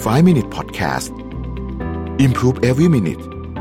5-Minute Podcast Improve Every Minute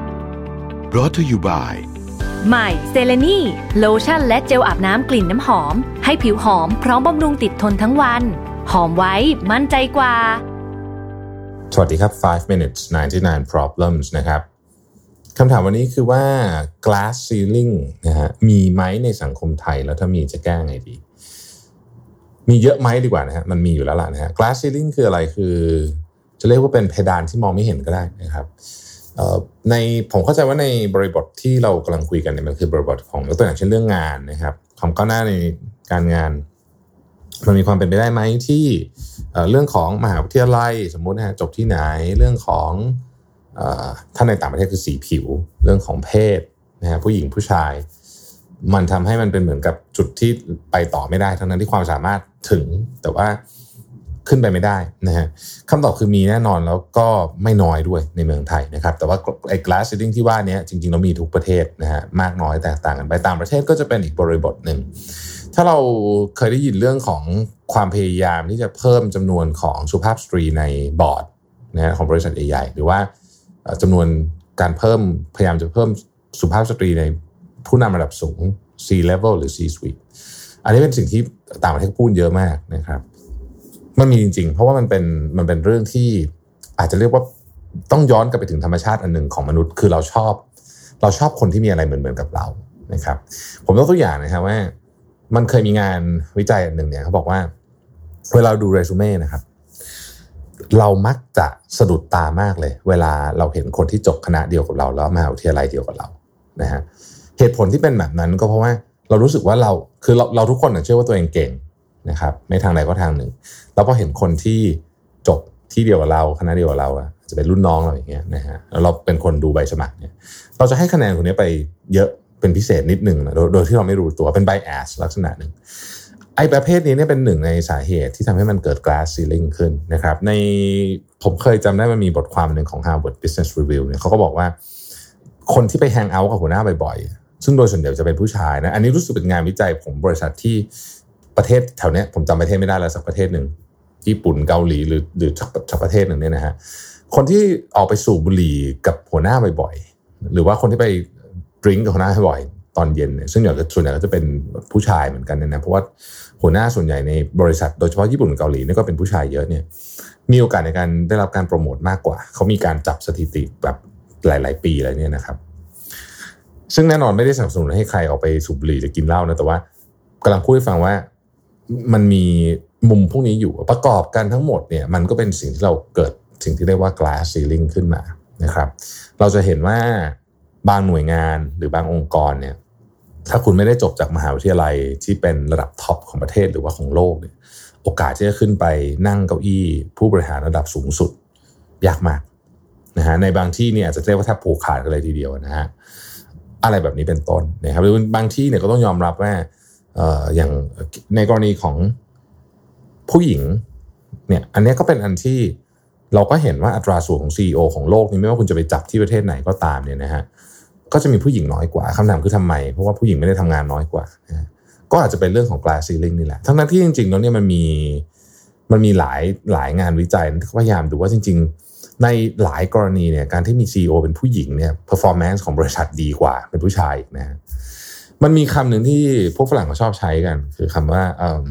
Brought to you by ใหม่เซเลนีโลชั่นและเจลอาบน้ำกลิ่นน้ำหอมให้ผิวหอมพร้อมบำรุงติดทนทั้งวันหอมไว้มั่นใจกว่าสวัสดีครับ 5 minutes 99 problems นะครับคำถามวันนี้คือว่า glass ceiling นะฮะมีไหมในสังคมไทยแล้วถ้ามีจะแก้ไงดีมีเยอะไหมดีกว่านะฮะมันมีอยู่แล้วล่ะนะฮะ glass ceiling คืออะไรคือจะเรียกว่าเป็นเพดานที่มองไม่เห็นก็ได้นะครับในผมเข้าใจว่าในบริบทที่เรากำลังคุยกันเนี่ยมันคือบริบทของยกตัวอย่างเช่นเรื่องงานนะครับความก้าวหน้าในการงานมันมีความเป็นไปได้ไหมที่เรื่องของมหาวิทยาลัยสมมุตินะฮะจบที่ไหนเรื่องของถ้าในต่างประเทศคือสีผิวเรื่องของเพศนะฮะผู้หญิงผู้ชายมันทำให้มันเป็นเหมือนกับจุดที่ไปต่อไม่ได้ทั้งนั้นที่ความสามารถถึงแต่ว่าขึ้นไปไม่ได้นะฮะคำตอบคือมีแน่นอนแล้วก็ไม่น้อยด้วยในเมืองไทยนะครับแต่ว่าไอ้ glass ceiling ที่ว่านี้จริงๆเรามีทุกประเทศนะฮะมากน้อยแตกต่างกันไปต่างประเทศก็จะเป็นอีกบริบทหนึ่งถ้าเราเคยได้ยินเรื่องของความพยายามที่จะเพิ่มจำนวนของสุภาพสตรีในบอร์ดนะฮะของบริษัทใหญ่ๆหรือว่าจำนวนการพยายามจะเพิ่มสุภาพสตรีในผู้นำระดับสูง C level หรือ C suite อันนี้เป็นสิ่งที่ต่างประเทศพูดเยอะมากนะครับมันมีจริงๆเพราะว่ามันเป็นเรื่องที่อาจจะเรียกว่าต้องย้อนกลับไปถึงธรรมชาติอันหนึ่งของมนุษย์คือเราชอบคนที่มีอะไรเหมือนกับเรานะครับผมยกตัวอย่างนะครับว่ามันเคยมีงานวิจัยอันหนึ่งเนี่ยเขาบอกว่าเวลาดูเรซูเม่นะครับเรามักจะสะดุดตามากเลยเวลาเราเห็นคนที่จบคณะเดียวกับเราแล้วมหาวิทยาลัยเดียวกับเรานะฮะเหตุผลที่เป็นแบบนั้นก็เพราะว่าเรารู้สึกว่าเราทุกคนเชื่อว่าตัวเองเก่งนะครับไม่ทางใดก็ทางหนึ่งแล้วพอเห็นคนที่จบที่เดียวกับเราคณะเดียวกับเราจะเป็นรุ่นน้องเราอย่างเงี้ยนะฮะแล้วเราเป็นคนดูใบสมัครเนี่ยเราจะให้คะแนนคนนี้ไปเยอะเป็นพิเศษนิดนึงนะโดยที่เราไม่รู้ตัวเป็น bias ลักษณะหนึ่งไอ้ประเภทนี้เนี่ยเป็นหนึ่งในสาเหตุที่ทำให้มันเกิด glass ceiling ขึ้นนะครับในผมเคยจำได้มันมีบทความหนึ่งของ Harvard Business Review เนี่ยเขาก็บอกว่าคนที่ไปแฮงเอาท์กับหัวหน้าบ่อยๆซึ่งโดยส่วนใหญ่จะเป็นผู้ชายนะอันนี้รู้สึกเป็นงานวิจัยของบริษัทที่ประเทศแถวเนี้ยผมจำประเทศไม่ได้แล้วสักประเทศหนึ่งญี่ปุ่นเกาหลีหรือสักประเทศหนึ่งเนี่ยนะฮะคนที่ออกไปสูบบุหรี่กับหัวหน้าบ่อยๆหรือว่าคนที่ไปดื่มกับหัวหน้าบ่อยตอนเย็นเนี่ยซึ่งส่วนใหญ่ก็จะเป็นผู้ชายเหมือนกันนะเพราะว่าหัวหน้าส่วนใหญ่ในบริษัทโดยเฉพาะญี่ปุ่นกับเกาหลีนี่ก็เป็นผู้ชายเยอะเนี่ยมีโอกาสในการได้รับการโปรโมทมากกว่าเขามีการจับสถิติแบบหลายๆปีอะไรเนี่ยนะครับซึ่งแน่นอนไม่ได้สนับสนุนให้ใครออกไปสูบบุหรี่หรือกินเหล้านะแต่ว่ากำลังพูดให้ฟังว่ามันมีมุมพวกนี้อยู่ประกอบกันทั้งหมดเนี่ยมันก็เป็นสิ่งที่เราเกิดสิ่งที่เรียกว่า glass ceiling ขึ้นมานะครับเราจะเห็นว่าบางหน่วยงานหรือบางองค์กรเนี่ยถ้าคุณไม่ได้จบจากมหาวิทยาลัยที่เป็นระดับท็อปของประเทศหรือว่าของโลกเนี่ยโอกาสที่จะขึ้นไปนั่งเก้าอี้ผู้บริหารระดับสูงสุดยากมากนะฮะในบางที่เนี่ยอาจจะเรียกว่าแทบผูกขาดกันเลยทีเดียวนะฮะอะไรแบบนี้เป็นต้นนะครับหรือบางที่เนี่ยก็ต้องยอมรับว่าอย่างในกรณีของผู้หญิงเนี่ยอันนี้ก็เป็นอันที่เราก็เห็นว่าอัตราส่วนของ CEO ของโลกนี้ไม่ว่าคุณจะไปจับที่ประเทศไหนก็ตามเนี่ยนะฮะก็จะมีผู้หญิงน้อยกว่าคำถามคือทำไมเพราะว่าผู้หญิงไม่ได้ทำงานน้อยกว่านะก็อาจจะเป็นเรื่องของ glass ceiling นี่แหละทั้งนั้นที่จริงๆแล้วเนี่ยมันมีหลายงานวิจัยที่พยายามดูว่าจริงๆในหลายกรณีเนี่ยการที่มี CEO เป็นผู้หญิงเนี่ย performance ของบริษัทดีกว่าเป็นผู้ชายอีกนะมันมีคำหนึ่งที่พวกฝรั่งเขาชอบใช้กันคือคำว่า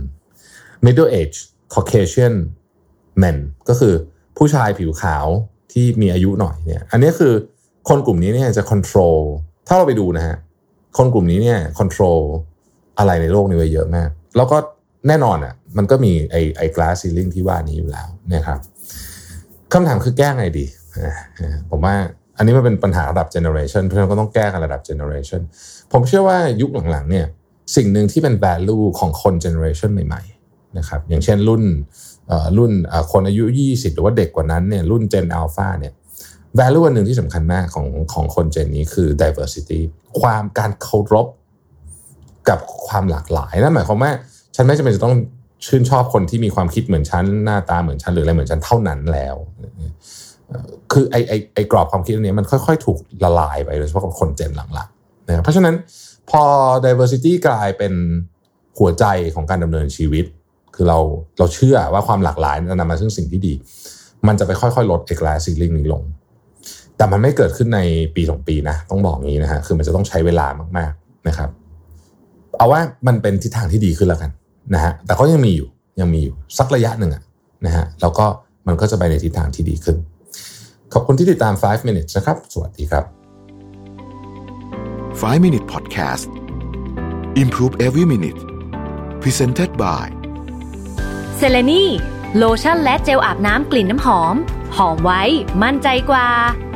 middle age Caucasian men ก็คือผู้ชายผิวขาวที่มีอายุหน่อยเนี่ยอันนี้คือคนกลุ่มนี้เนี่ยจะ control ถ้าเราไปดูนะฮะคนกลุ่มนี้เนี่ย control อะไรในโลกนี้ไว้เยอะมากแล้วก็แน่นอนมันก็มีไอ้ glass ceiling ที่ว่านี้อยู่แล้วนะครับคำถามคือแก้ไงดีผมว่าอันนี้มันเป็นปัญหาระดับ generation เพราะฉะนั้นก็ต้องแก้กันระดับ generation ผมเชื่อว่ายุคหลังๆเนี่ยสิ่งหนึ่งที่เป็น value ของคน generation ใหม่ๆนะครับอย่างเช่นรุ่นคนอายุ20หรือว่าเด็กกว่านั้นเนี่ยรุ่น Gen Alpha เนี่ย value อันหนึ่งที่สำคัญมากของคน Gen นี้คือ diversity การเคารพกับความหลากหลายนั่นหมายความว่าฉันไม่จำเป็นจะต้องชื่นชอบคนที่มีความคิดเหมือนฉันหน้าตาเหมือนฉันหรืออะไรเหมือนฉันเท่านั้นแล้วคือไอ้กรอบความคิดอันนี้มันค่อยๆถูกละลายไปโดยเฉพาะกับคนเจนหลังๆนะเพราะฉะนั้นพอ diversity กลายเป็นหัวใจของการดำเนินชีวิตคือเราเชื่อว่าความหลากหลายจะนำมาซึ่งสิ่งที่ดีมันจะไปค่อยๆลด glass ceiling นี้ลงแต่มันไม่เกิดขึ้นในปี2ปีนะต้องบอกงี้นะฮะคือมันจะต้องใช้เวลามากๆนะครับเอาว่ามันเป็นทิศทางที่ดีขึ้นแล้วกันนะฮะแต่ก็ยังมีอยู่สักระยะหนึ่งนะฮะแล้วก็มันก็จะไปในทิศทางที่ดีขึ้นขอบคุณที่ติดตาม5 minutes นะครับสวัสดีครับ 5 Minute Podcast Improve every minute Presented by เซเลนีโลชั่นและเจลอาบน้ำกลิ่นน้ำหอมหอมไว้มั่นใจกว่า